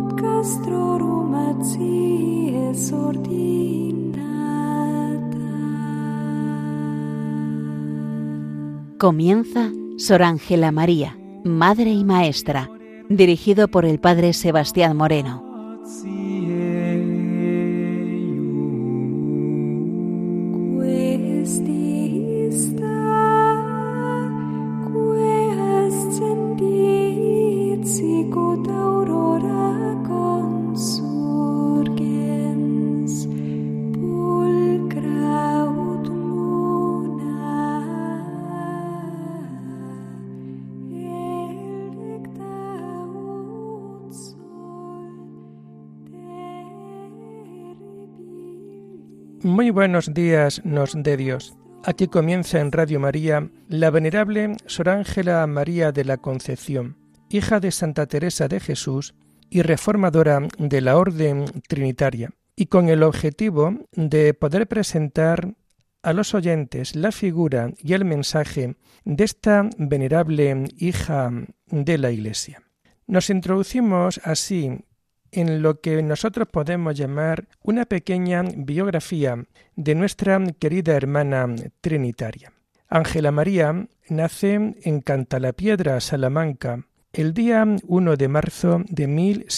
Comienza Sor Ángela María, Madre y Maestra, dirigido por el Padre Sebastián Moreno. Muy buenos días nos dé Dios. Aquí comienza en Radio María la venerable Sor Ángela María de la Concepción, hija de Santa Teresa de Jesús y reformadora de la Orden Trinitaria, y con el objetivo de poder presentar a los oyentes la figura y el mensaje de esta venerable hija de la Iglesia. Nos introducimos así en lo que nosotros podemos llamar una pequeña biografía de nuestra querida hermana trinitaria. Ángela María nace en Cantalapiedra, Salamanca, el día 1 de marzo de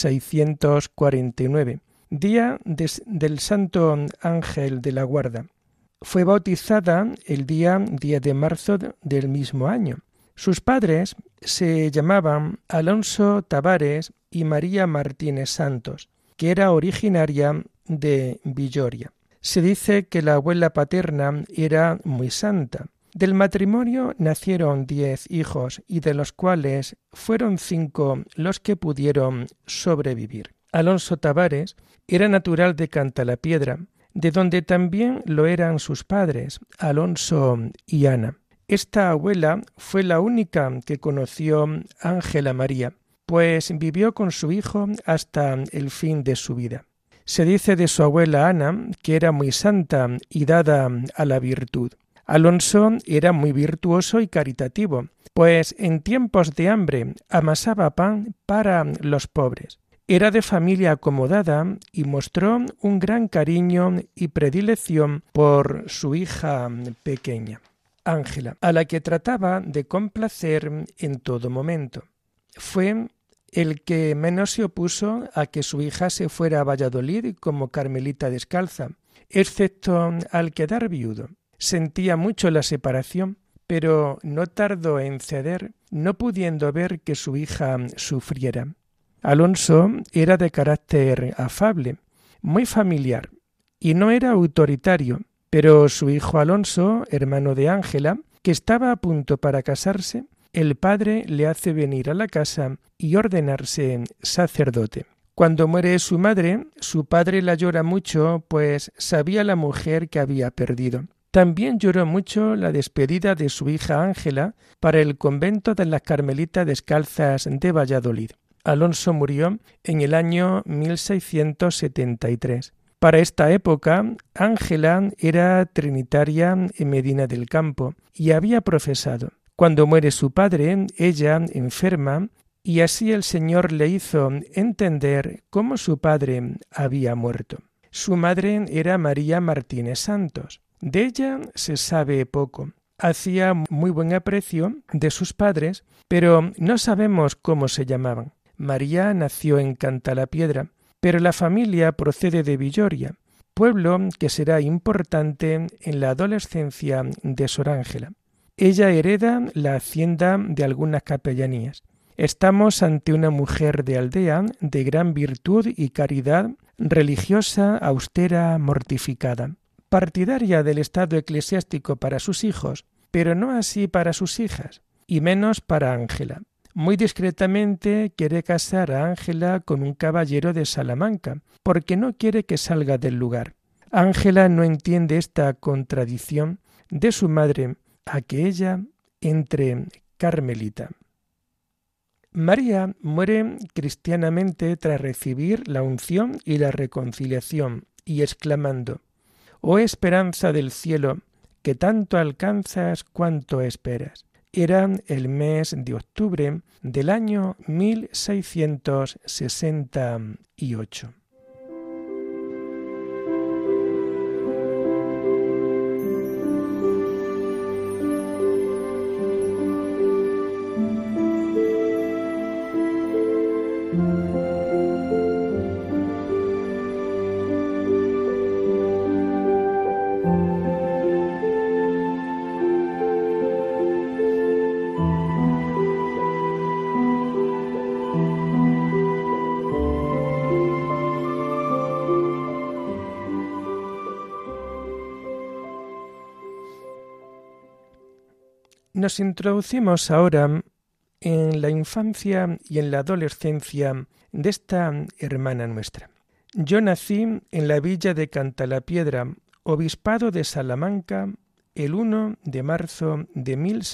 1649, día del Santo Ángel de la Guarda. Fue bautizada el día 10 de marzo del mismo año. Sus padres se llamaban Alonso Tavares y María Martínez Santos, que era originaria de Villoria. Se dice que la abuela paterna era muy santa. Del matrimonio nacieron 10 hijos y de los cuales fueron 5 los que pudieron sobrevivir. Alonso Tavares era natural de Cantalapiedra, de donde también lo eran sus padres, Alonso y Ana. Esta abuela fue la única que conoció Ángela María, pues vivió con su hijo hasta el fin de su vida. Se dice de su abuela Ana que era muy santa y dada a la virtud. Alonso era muy virtuoso y caritativo, pues en tiempos de hambre amasaba pan para los pobres. Era de familia acomodada y mostró un gran cariño y predilección por su hija pequeña, Ángela, a la que trataba de complacer en todo momento. Fue el que menos se opuso a que su hija se fuera a Valladolid como carmelita descalza, excepto al quedar viudo. Sentía mucho la separación, pero no tardó en ceder, no pudiendo ver que su hija sufriera. Alonso era de carácter afable, muy familiar, y no era autoritario, pero su hijo Alonso, hermano de Ángela, que estaba a punto para casarse, el padre le hace venir a la casa y ordenarse sacerdote. Cuando muere su madre, su padre la llora mucho, pues sabía la mujer que había perdido. También lloró mucho la despedida de su hija Ángela para el convento de las Carmelitas Descalzas de Valladolid. Alonso murió en el año 1673. Para esta época, Ángela era trinitaria en Medina del Campo y había profesado. Cuando muere su padre, ella enferma, y así el Señor le hizo entender cómo su padre había muerto. Su madre era María Martínez Santos. De ella se sabe poco. Hacía muy buen aprecio de sus padres, pero no sabemos cómo se llamaban. María nació en Cantalapiedra, pero la familia procede de Villoria, pueblo que será importante en la adolescencia de Sor Ángela. Ella hereda la hacienda de algunas capellanías. Estamos ante una mujer de aldea de gran virtud y caridad, religiosa, austera, mortificada, partidaria del estado eclesiástico para sus hijos, pero no así para sus hijas, y menos para Ángela. Muy discretamente quiere casar a Ángela con un caballero de Salamanca, porque no quiere que salga del lugar. Ángela no entiende esta contradicción de su madre a que ella entre carmelita. María muere cristianamente tras recibir la unción y la reconciliación, y exclamando: «Oh esperanza del cielo, que tanto alcanzas cuanto esperas». Era el mes de octubre del año 1668. Nos introducimos ahora en la infancia y en la adolescencia de esta hermana nuestra. Yo nací en la villa de Cantalapiedra, obispado de Salamanca, el 1 de marzo de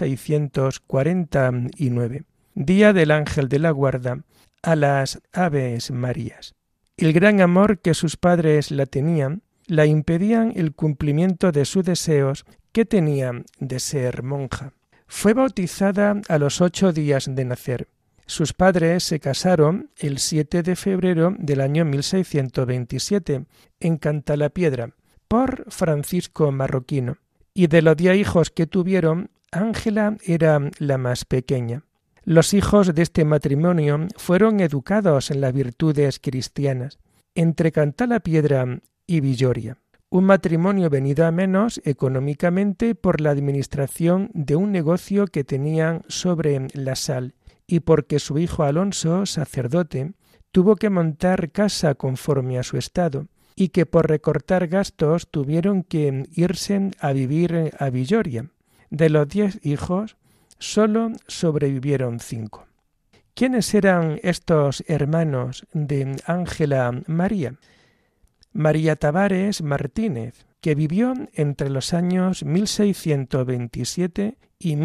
1649, día del Ángel de la Guarda a las Aves Marías. El gran amor que sus padres la tenían la impedían el cumplimiento de sus deseos que tenía de ser monja. Fue bautizada a los 8 días de nacer. Sus padres se casaron el 7 de febrero del año 1627 en Cantalapiedra por Francisco Marroquino, y de los 10 hijos que tuvieron, Ángela era la más pequeña. Los hijos de este matrimonio fueron educados en las virtudes cristianas, entre Cantalapiedra y Villoria. Un matrimonio venido a menos económicamente por la administración de un negocio que tenían sobre la sal y porque su hijo Alonso, sacerdote, tuvo que montar casa conforme a su estado y que por recortar gastos tuvieron que irse a vivir a Villoria. De los 10 hijos, solo sobrevivieron 5. ¿Quiénes eran estos hermanos de Ángela María? María Tavares Martínez, que vivió entre los años 1627 y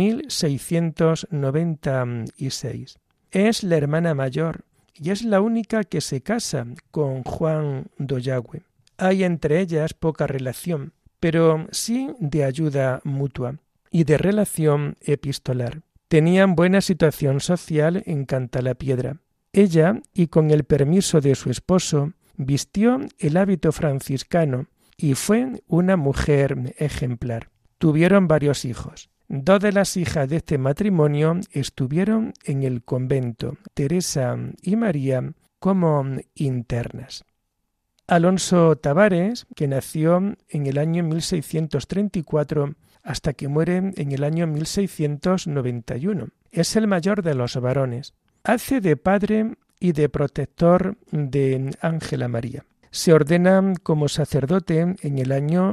1696. Es la hermana mayor y es la única que se casa con Juan Dollagüe. Hay entre ellas poca relación, pero sí de ayuda mutua y de relación epistolar. Tenían buena situación social en Cantalapiedra. Ella, y con el permiso de su esposo, vistió el hábito franciscano y fue una mujer ejemplar. Tuvieron varios hijos. 2 de las hijas de este matrimonio estuvieron en el convento, Teresa y María, como internas. Alonso Tavares, que nació en el año 1634 hasta que muere en el año 1691, es el mayor de los varones. Hace de padre y de protector de Ángela María. Se ordena como sacerdote en el año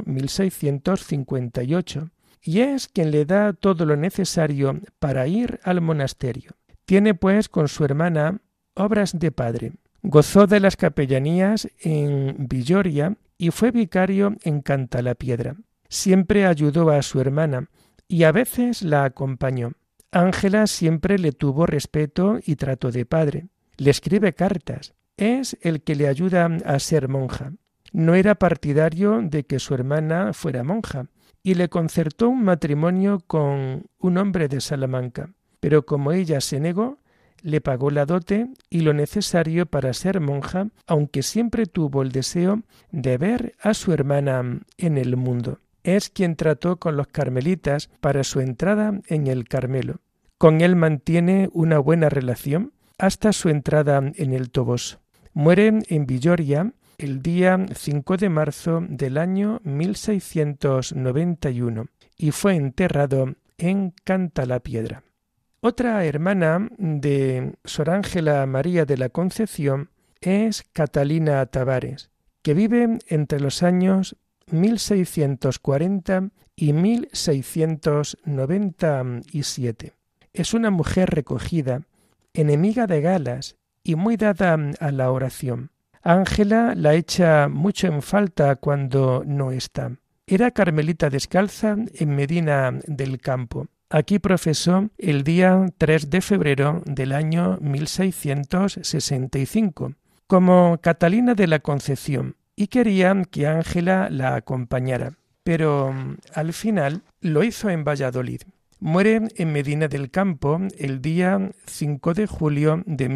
1658 y es quien le da todo lo necesario para ir al monasterio. Tiene pues con su hermana obras de padre. Gozó de las capellanías en Villoria y fue vicario en Cantalapiedra. Siempre ayudó a su hermana y a veces la acompañó. Ángela siempre le tuvo respeto y trato de padre. Le escribe cartas. Es el que le ayuda a ser monja. No era partidario de que su hermana fuera monja y le concertó un matrimonio con un hombre de Salamanca. Pero como ella se negó, le pagó la dote y lo necesario para ser monja, aunque siempre tuvo el deseo de ver a su hermana en el mundo. Es quien trató con los carmelitas para su entrada en el Carmelo. Con él mantiene una buena relación hasta su entrada en el Toboso. Muere en Villoria el día 5 de marzo del año 1691 y fue enterrado en Cantalapiedra. Otra hermana de Sor Ángela María de la Concepción es Catalina Tavares, que vive entre los años 1640 y 1697. Es una mujer recogida, enemiga de galas y muy dada a la oración. Ángela la echa mucho en falta cuando no está. Era carmelita descalza en Medina del Campo. Aquí profesó el día 3 de febrero del año 1665 como Catalina de la Concepción y quería que Ángela la acompañara, pero al final lo hizo en Valladolid. Muere en Medina del Campo el día 5 de julio de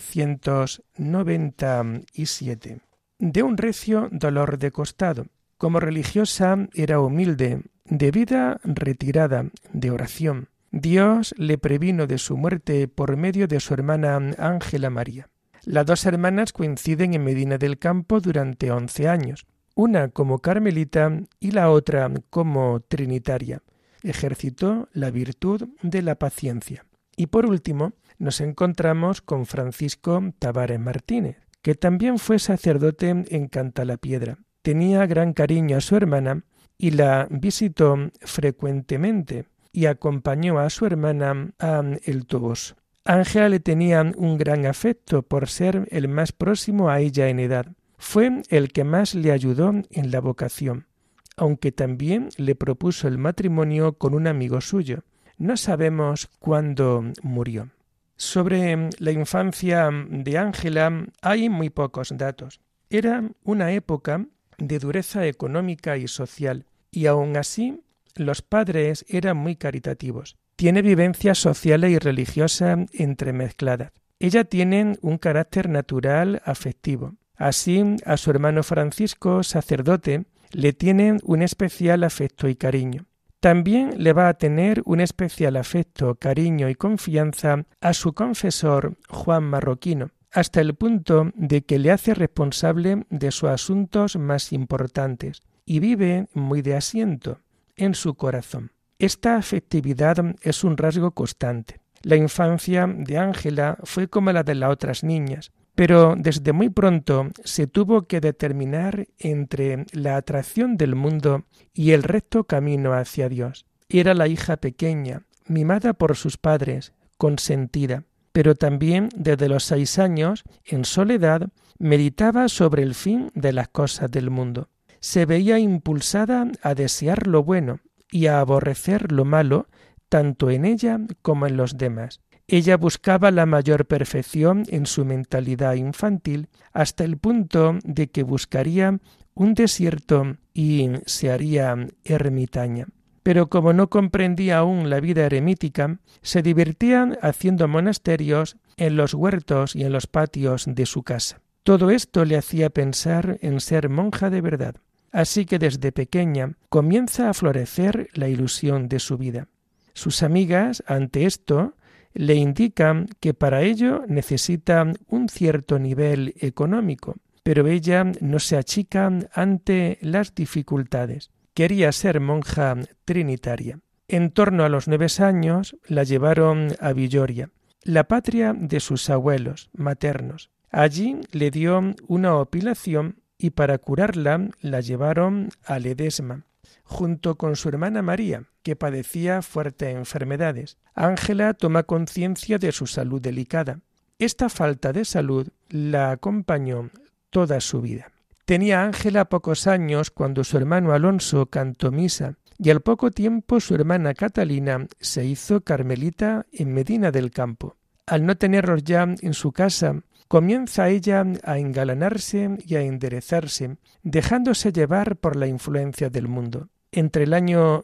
1697, de un recio dolor de costado. Como religiosa era humilde, de vida retirada, de oración. Dios le previno de su muerte por medio de su hermana Ángela María. Las dos hermanas coinciden en Medina del Campo durante 11 años, una como carmelita y la otra como trinitaria. Ejercitó la virtud de la paciencia. Y por último, nos encontramos con Francisco Tavares Martínez, que también fue sacerdote en Cantalapiedra. Tenía gran cariño a su hermana y la visitó frecuentemente y acompañó a su hermana a El Toboso. Ángela le tenía un gran afecto por ser el más próximo a ella en edad. Fue el que más le ayudó en la vocación, aunque también le propuso el matrimonio con un amigo suyo. No sabemos cuándo murió. Sobre la infancia de Ángela hay muy pocos datos. Era una época de dureza económica y social, y aun así los padres eran muy caritativos. Tiene vivencias sociales y religiosas entremezcladas. Ella tiene un carácter natural afectivo. Así, a su hermano Francisco, sacerdote, le tiene un especial afecto y cariño. También le va a tener un especial afecto, cariño y confianza a su confesor Juan Marroquino, hasta el punto de que le hace responsable de sus asuntos más importantes y vive muy de asiento en su corazón. Esta afectividad es un rasgo constante. La infancia de Ángela fue como la de las otras niñas, pero desde muy pronto se tuvo que determinar entre la atracción del mundo y el recto camino hacia Dios. Era la hija pequeña, mimada por sus padres, consentida, pero también desde los 6 años, en soledad, meditaba sobre el fin de las cosas del mundo. Se veía impulsada a desear lo bueno y a aborrecer lo malo, tanto en ella como en los demás. Ella buscaba la mayor perfección en su mentalidad infantil hasta el punto de que buscaría un desierto y se haría ermitaña. Pero como no comprendía aún la vida eremítica, se divertía haciendo monasterios en los huertos y en los patios de su casa. Todo esto le hacía pensar en ser monja de verdad. Así que desde pequeña comienza a florecer la ilusión de su vida. Sus amigas, ante esto, le indican que para ello necesita un cierto nivel económico, pero ella no se achica ante las dificultades. Quería ser monja trinitaria. En torno a los 9 años la llevaron a Villoria, la patria de sus abuelos maternos. Allí le dio una opilación y para curarla la llevaron a Ledesma, junto con su hermana María, que padecía fuertes enfermedades. Ángela toma conciencia de su salud delicada. Esta falta de salud la acompañó toda su vida. Tenía Ángela pocos años cuando su hermano Alonso cantó misa y al poco tiempo su hermana Catalina se hizo carmelita en Medina del Campo. Al no tenerlos ya en su casa, comienza ella a engalanarse y a enderezarse, dejándose llevar por la influencia del mundo. Entre el año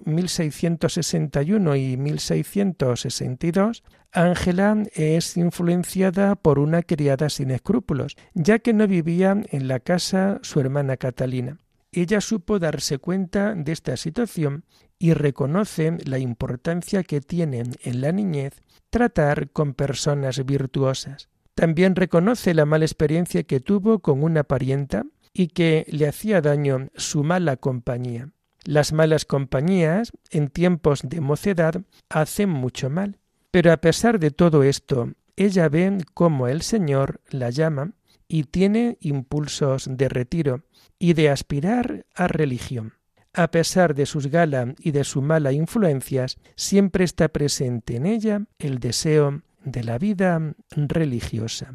1661 y 1662, Ángela es influenciada por una criada sin escrúpulos, ya que no vivía en la casa su hermana Catalina. Ella supo darse cuenta de esta situación y reconoce la importancia que tiene en la niñez tratar con personas virtuosas. También reconoce la mala experiencia que tuvo con una parienta y que le hacía daño su mala compañía. Las malas compañías, en tiempos de mocedad, hacen mucho mal. Pero a pesar de todo esto, ella ve cómo el Señor la llama y tiene impulsos de retiro y de aspirar a religión. A pesar de sus galas y de sus malas influencias, siempre está presente en ella el deseo de la vida religiosa.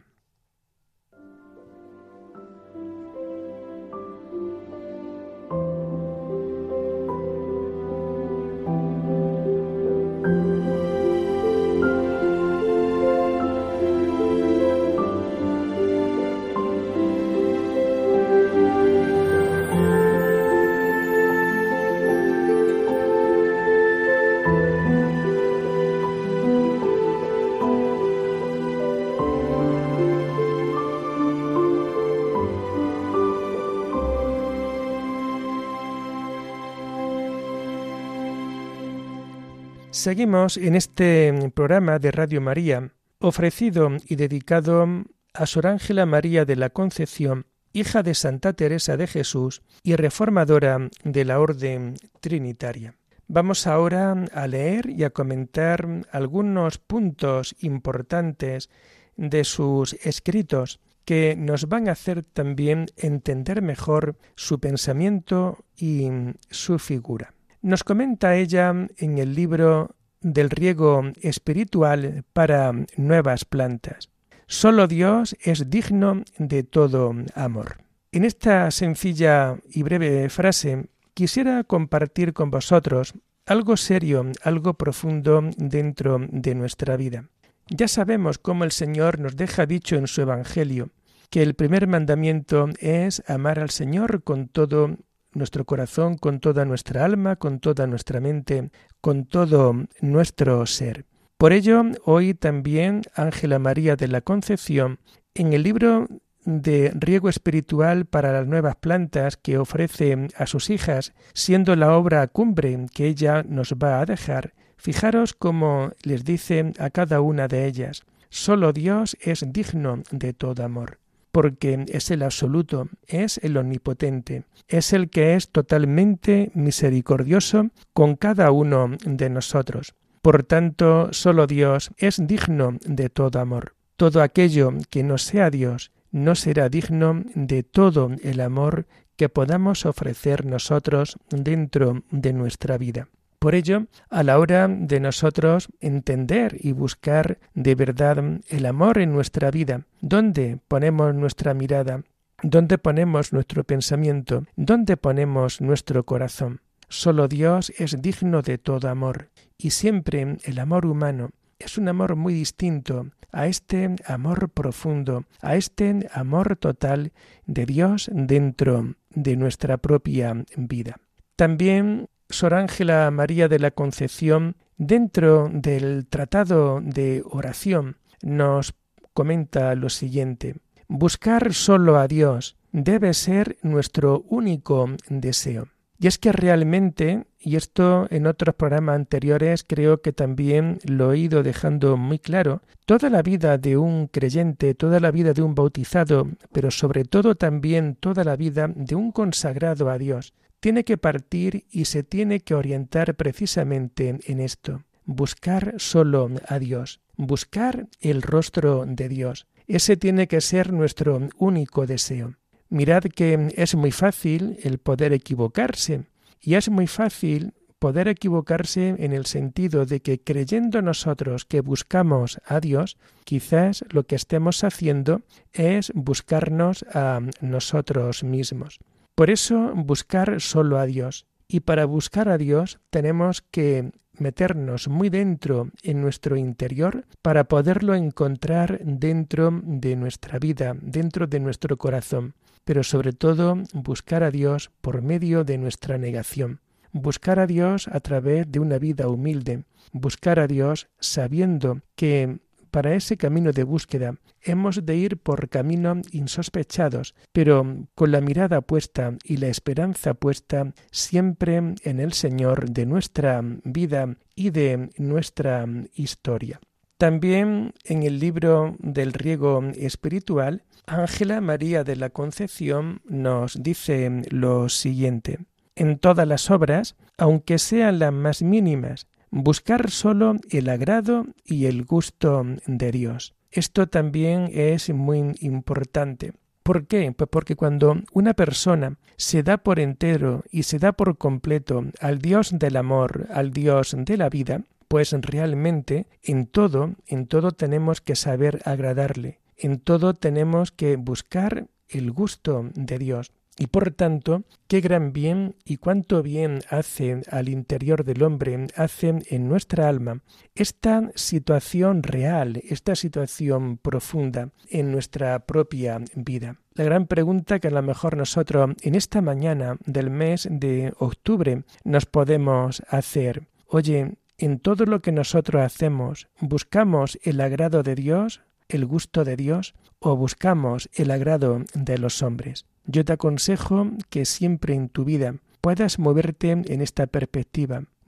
Seguimos en este programa de Radio María, ofrecido y dedicado a Sor Ángela María de la Concepción, hija de Santa Teresa de Jesús y reformadora de la Orden Trinitaria. Vamos ahora a leer y a comentar algunos puntos importantes de sus escritos que nos van a hacer también entender mejor su pensamiento y su figura. Nos comenta ella en el libro del riego espiritual para nuevas plantas: solo Dios es digno de todo amor. En esta sencilla y breve frase quisiera compartir con vosotros algo serio, algo profundo dentro de nuestra vida. Ya sabemos cómo el Señor nos deja dicho en su Evangelio que el primer mandamiento es amar al Señor con todo nuestro corazón, con toda nuestra alma, con toda nuestra mente, con todo nuestro ser. Por ello, hoy también Ángela María de la Concepción, en el libro de riego espiritual para las nuevas plantas que ofrece a sus hijas, siendo la obra cumbre que ella nos va a dejar, fijaros cómo les dice a cada una de ellas: solo Dios es digno de todo amor, porque es el absoluto, es el omnipotente, es el que es totalmente misericordioso con cada uno de nosotros. Por tanto, solo Dios es digno de todo amor. Todo aquello que no sea Dios no será digno de todo el amor que podamos ofrecer nosotros dentro de nuestra vida. Por ello, a la hora de nosotros entender y buscar de verdad el amor en nuestra vida, ¿dónde ponemos nuestra mirada? ¿Dónde ponemos nuestro pensamiento? ¿Dónde ponemos nuestro corazón? Solo Dios es digno de todo amor, y siempre el amor humano es un amor muy distinto a este amor profundo, a este amor total de Dios dentro de nuestra propia vida. También Sor Ángela María de la Concepción, dentro del tratado de oración, nos comenta lo siguiente: buscar solo a Dios debe ser nuestro único deseo. Y es que realmente, y esto en otros programas anteriores creo que también lo he ido dejando muy claro, toda la vida de un creyente, toda la vida de un bautizado, pero sobre todo también toda la vida de un consagrado a Dios, tiene que partir y se tiene que orientar precisamente en esto: buscar solo a Dios, buscar el rostro de Dios. Ese tiene que ser nuestro único deseo. Mirad que es muy fácil el poder equivocarse, y es muy fácil poder equivocarse en el sentido de que, creyendo nosotros que buscamos a Dios, quizás lo que estemos haciendo es buscarnos a nosotros mismos. Por eso, buscar solo a Dios. Y para buscar a Dios tenemos que meternos muy dentro en nuestro interior para poderlo encontrar dentro de nuestra vida, dentro de nuestro corazón. Pero sobre todo buscar a Dios por medio de nuestra negación. Buscar a Dios a través de una vida humilde. Buscar a Dios sabiendo que para ese camino de búsqueda hemos de ir por caminos insospechados, pero con la mirada puesta y la esperanza puesta siempre en el Señor de nuestra vida y de nuestra historia. También en el libro del riego espiritual, Ángela María de la Concepción nos dice lo siguiente: en todas las obras, aunque sean las más mínimas, buscar solo el agrado y el gusto de Dios. Esto también es muy importante. ¿Por qué? Pues porque cuando una persona se da por entero y se da por completo al Dios del amor, al Dios de la vida, pues realmente en todo tenemos que saber agradarle. En todo tenemos que buscar el gusto de Dios. Y por tanto, qué gran bien y cuánto bien hace al interior del hombre, hace en nuestra alma esta situación real, esta situación profunda en nuestra propia vida. La gran pregunta que a lo mejor nosotros en esta mañana del mes de octubre nos podemos hacer: oye, en todo lo que nosotros hacemos, ¿buscamos el agrado de Dios, el gusto de Dios, o buscamos el agrado de los hombres? Yo te aconsejo que siempre en tu vida puedas moverte en esta perspectiva,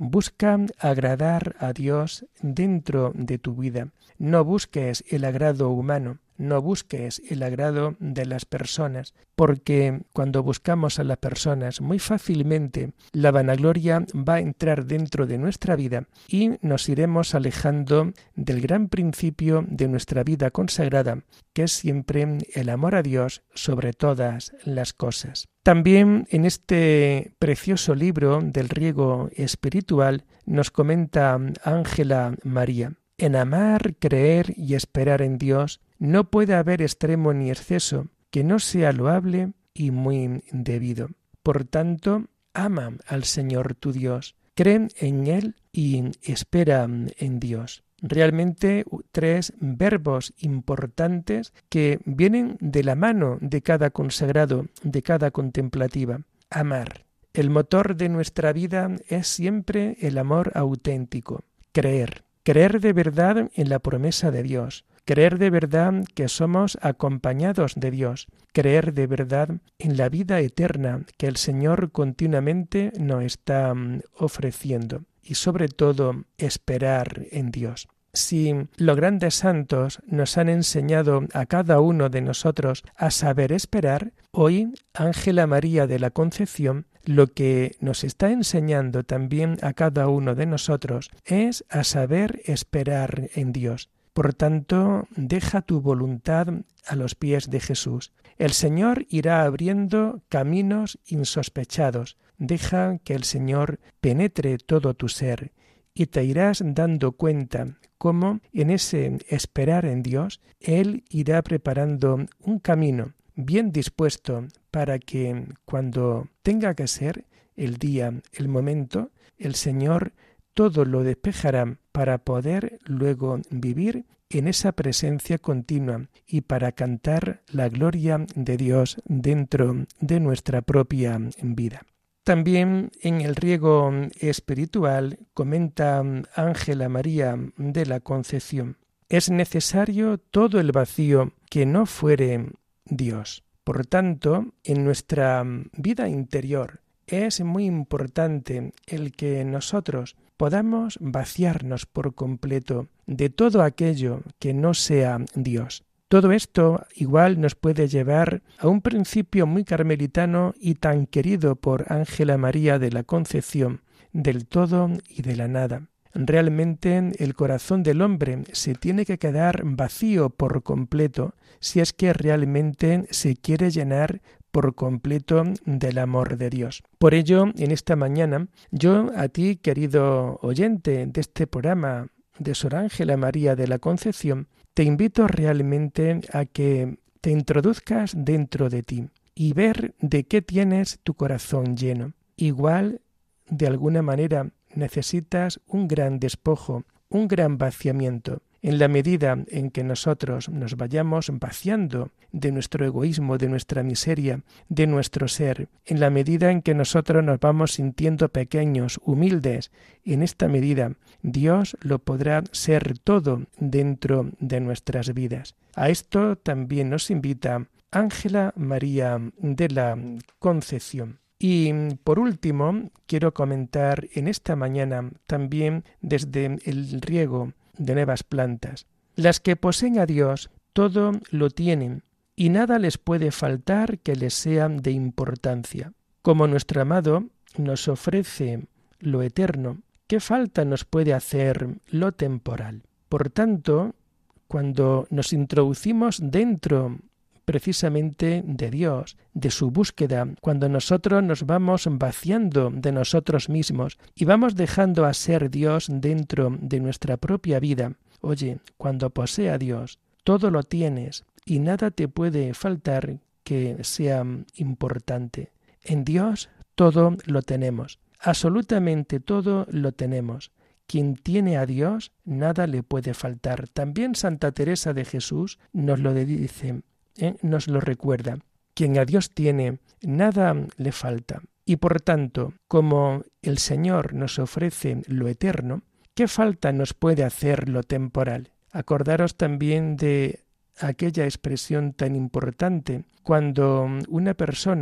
Busca agradar a Dios dentro de tu vida. No busques el agrado humano, no busques el agrado de las personas, porque cuando buscamos a las personas muy fácilmente la vanagloria va a entrar dentro de nuestra vida y nos iremos alejando del gran principio de nuestra vida consagrada, que es siempre el amor a Dios sobre todas las cosas. También en este precioso libro del riego espiritual nos comenta Ángela María: en amar, creer y esperar en Dios no puede haber extremo ni exceso que no sea loable y muy debido. Por tanto, ama al Señor tu Dios, cree en Él y espera en Dios. Realmente 3 verbos importantes que vienen de la mano de cada consagrado, de cada contemplativa. Amar. El motor de nuestra vida es siempre el amor auténtico. Creer. Creer de verdad en la promesa de Dios. Creer de verdad que somos acompañados de Dios. Creer de verdad en la vida eterna que el Señor continuamente nos está ofreciendo. Y sobre todo, esperar en Dios. Si los grandes santos nos han enseñado a cada uno de nosotros a saber esperar, hoy Ángela María de la Concepción lo que nos está enseñando también a cada uno de nosotros es a saber esperar en Dios. Por tanto, deja tu voluntad a los pies de Jesús. El Señor irá abriendo caminos insospechados. Deja que el Señor penetre todo tu ser y te irás dando cuenta cómo en ese esperar en Dios, Él irá preparando un camino bien dispuesto para que cuando tenga que ser el día, el momento, el Señor todo lo despejará para poder luego vivir en esa presencia continua y para cantar la gloria de Dios dentro de nuestra propia vida. También en el riego espiritual comenta Ángela María de la Concepción: es necesario todo el vacío que no fuere Dios. Por tanto, en nuestra vida interior es muy importante el que nosotros podamos vaciarnos por completo de todo aquello que no sea Dios. Todo esto igual nos puede llevar a un principio muy carmelitano y tan querido por Ángela María de la Concepción, del todo y de la nada. Realmente el corazón del hombre se tiene que quedar vacío por completo si es que realmente se quiere llenar por completo del amor de Dios. Por ello, en esta mañana, yo a ti, querido oyente de este programa de Sor Ángela María de la Concepción, te invito realmente a que te introduzcas dentro de ti y ver de qué tienes tu corazón lleno. Igual, de alguna manera, necesitas un gran despojo, un gran vaciamiento. En la medida en que nosotros nos vayamos vaciando de nuestro egoísmo, de nuestra miseria, de nuestro ser, en la medida en que nosotros nos vamos sintiendo pequeños, humildes, en esta medida Dios lo podrá ser todo dentro de nuestras vidas. A esto también nos invita Ángela María de la Concepción. Y por último, quiero comentar en esta mañana también desde el riego de nuevas plantas. Las que poseen a Dios todo lo tienen y nada les puede faltar que les sea de importancia. Como nuestro amado nos ofrece lo eterno, ¿qué falta nos puede hacer lo temporal? Por tanto, cuando nos introducimos dentro precisamente de Dios, de su búsqueda, cuando nosotros nos vamos vaciando de nosotros mismos y vamos dejando a ser Dios dentro de nuestra propia vida, oye, cuando posee a Dios, todo lo tienes y nada te puede faltar que sea importante. En Dios todo lo tenemos, absolutamente todo lo tenemos. Quien tiene a Dios, nada le puede faltar. También Santa Teresa de Jesús nos lo dice, nos lo recuerda. Quien a Dios tiene, nada le falta. Y por tanto, como el Señor nos ofrece lo eterno, ¿qué falta nos puede hacer lo temporal? Acordaros también de aquella expresión tan importante cuando una persona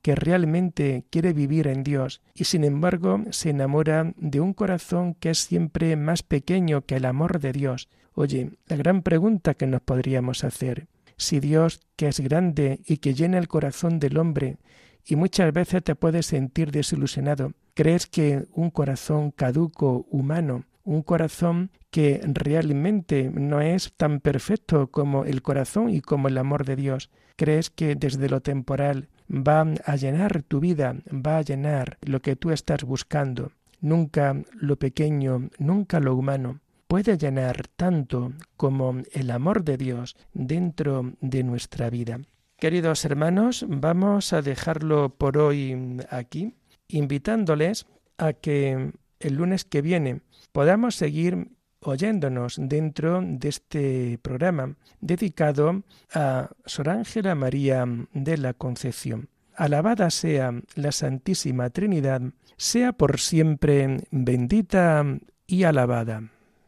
que realmente quiere vivir en Dios y sin embargo se enamora de un corazón que es siempre más pequeño que el amor de Dios. Oye, la gran pregunta que nos podríamos hacer, si Dios, que es grande y que llena el corazón del hombre, y muchas veces te puedes sentir desilusionado, ¿crees que un corazón caduco, humano, un corazón que realmente no es tan perfecto como el corazón y como el amor de Dios, crees que desde lo temporal va a llenar tu vida, va a llenar lo que tú estás buscando? Nunca lo pequeño, nunca lo humano puede llenar tanto como el amor de Dios dentro de nuestra vida. Queridos hermanos, vamos a dejarlo por hoy aquí, invitándoles a que el lunes que viene podamos seguir oyéndonos dentro de este programa dedicado a Sor Ángela María de la Concepción. Alabada sea la Santísima Trinidad, sea por siempre bendita y alabada.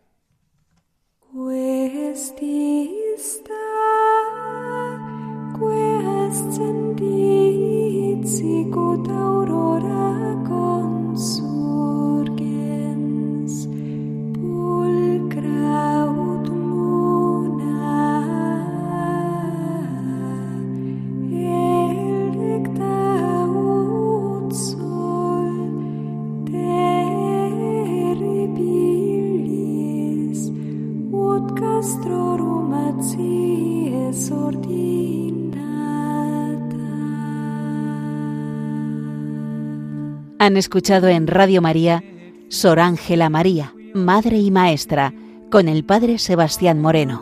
Sicut aurora consurgens, pulcra ut luna, electa ut sol, terribilis, ut castrorum acies ordinata. Han escuchado en Radio María Sor Ángela María, Madre y Maestra, con el Padre Sebastián Moreno.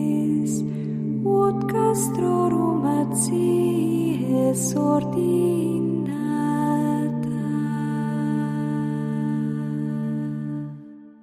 Castrorum acies ordinata.